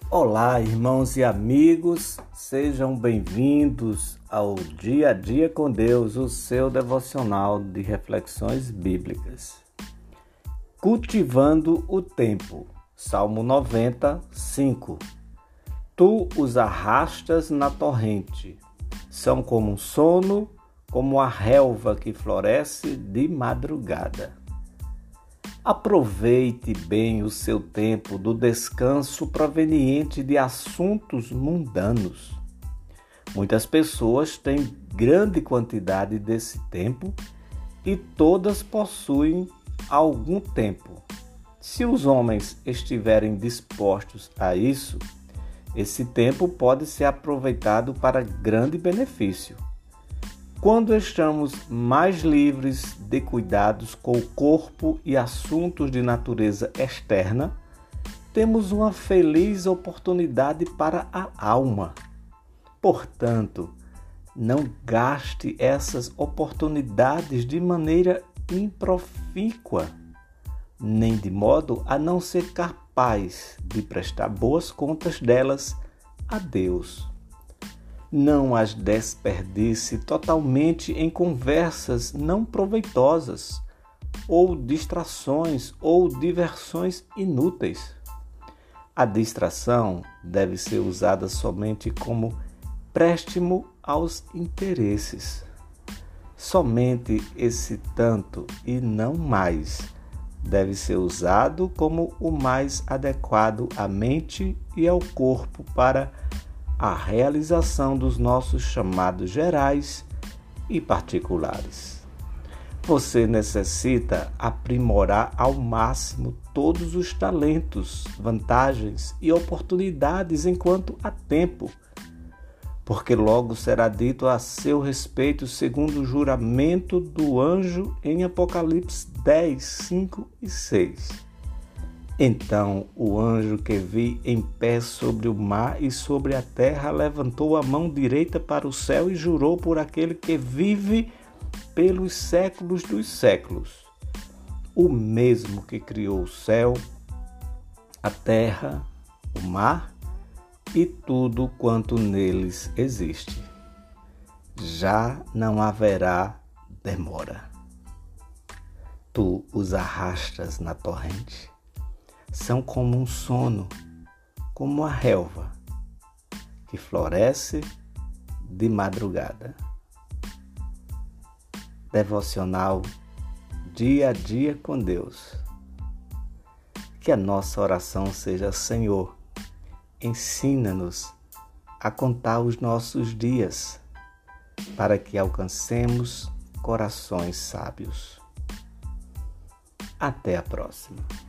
Olá, irmãos e amigos, sejam bem-vindos ao Dia a Dia com Deus, o seu devocional de reflexões bíblicas. Cultivando o tempo, Salmo 90:5. Tu os arrastas na torrente, são como um sono, como a relva que floresce de madrugada. Aproveite bem o seu tempo do descanso proveniente de assuntos mundanos. Muitas pessoas têm grande quantidade desse tempo e todas possuem algum tempo. Se os homens estiverem dispostos a isso, esse tempo pode ser aproveitado para grande benefício. Quando estamos mais livres de cuidados com o corpo e assuntos de natureza externa, temos uma feliz oportunidade para a alma. Portanto, não gaste essas oportunidades de maneira improfícua, nem de modo a não ser capaz de prestar boas contas delas a Deus. Não as desperdice totalmente em conversas não proveitosas, ou distrações ou diversões inúteis. A distração deve ser usada somente como préstimo aos interesses. Somente esse tanto e não mais deve ser usado como o mais adequado à mente e ao corpo para a realização dos nossos chamados gerais e particulares. Você necessita aprimorar ao máximo todos os talentos, vantagens e oportunidades enquanto há tempo, porque logo será dito a seu respeito segundo o juramento do anjo em Apocalipse 10, 5 e 6. Então o anjo que vi em pé sobre o mar e sobre a terra levantou a mão direita para o céu e jurou por aquele que vive pelos séculos dos séculos, o mesmo que criou o céu, a terra, o mar e tudo quanto neles existe. Já não haverá demora. Tu os arrastas na torrente. São como um sono, como a relva que floresce de madrugada. Devocional Dia a Dia com Deus. Que a nossa oração seja: Senhor, ensina-nos a contar os nossos dias para que alcancemos corações sábios. Até a próxima.